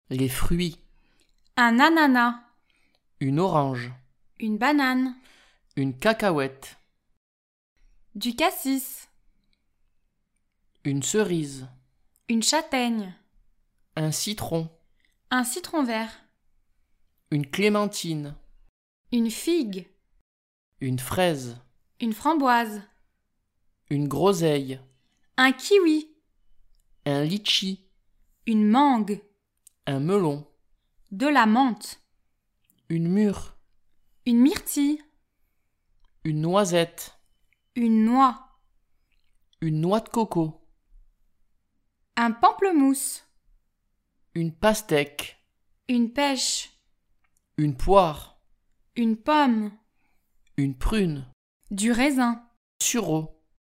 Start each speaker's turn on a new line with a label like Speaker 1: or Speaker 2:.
Speaker 1: Les fruits.
Speaker 2: Un ananas.
Speaker 1: Une orange.
Speaker 2: Une banane.
Speaker 1: Une cacahuète.
Speaker 2: Du cassis.
Speaker 1: Une cerise.
Speaker 2: Une châtaigne.
Speaker 1: Un citron.
Speaker 2: Un citron vert.
Speaker 1: Une clémentine.
Speaker 2: Une figue.
Speaker 1: Une fraise.
Speaker 2: Une framboise.
Speaker 1: Une groseille.
Speaker 2: Un kiwi.
Speaker 1: Un litchi.
Speaker 2: Une mangue.
Speaker 1: Un melon.
Speaker 2: De la menthe.
Speaker 1: Une mûre.
Speaker 2: Une myrtille.
Speaker 1: Une noisette.
Speaker 2: Une noix.
Speaker 1: Une noix de coco.
Speaker 2: Un pamplemousse.
Speaker 1: Une pastèque.
Speaker 2: Une pêche.
Speaker 1: Une poire.
Speaker 2: Une pomme.
Speaker 1: Une prune.
Speaker 2: Du raisin.
Speaker 1: Sureau.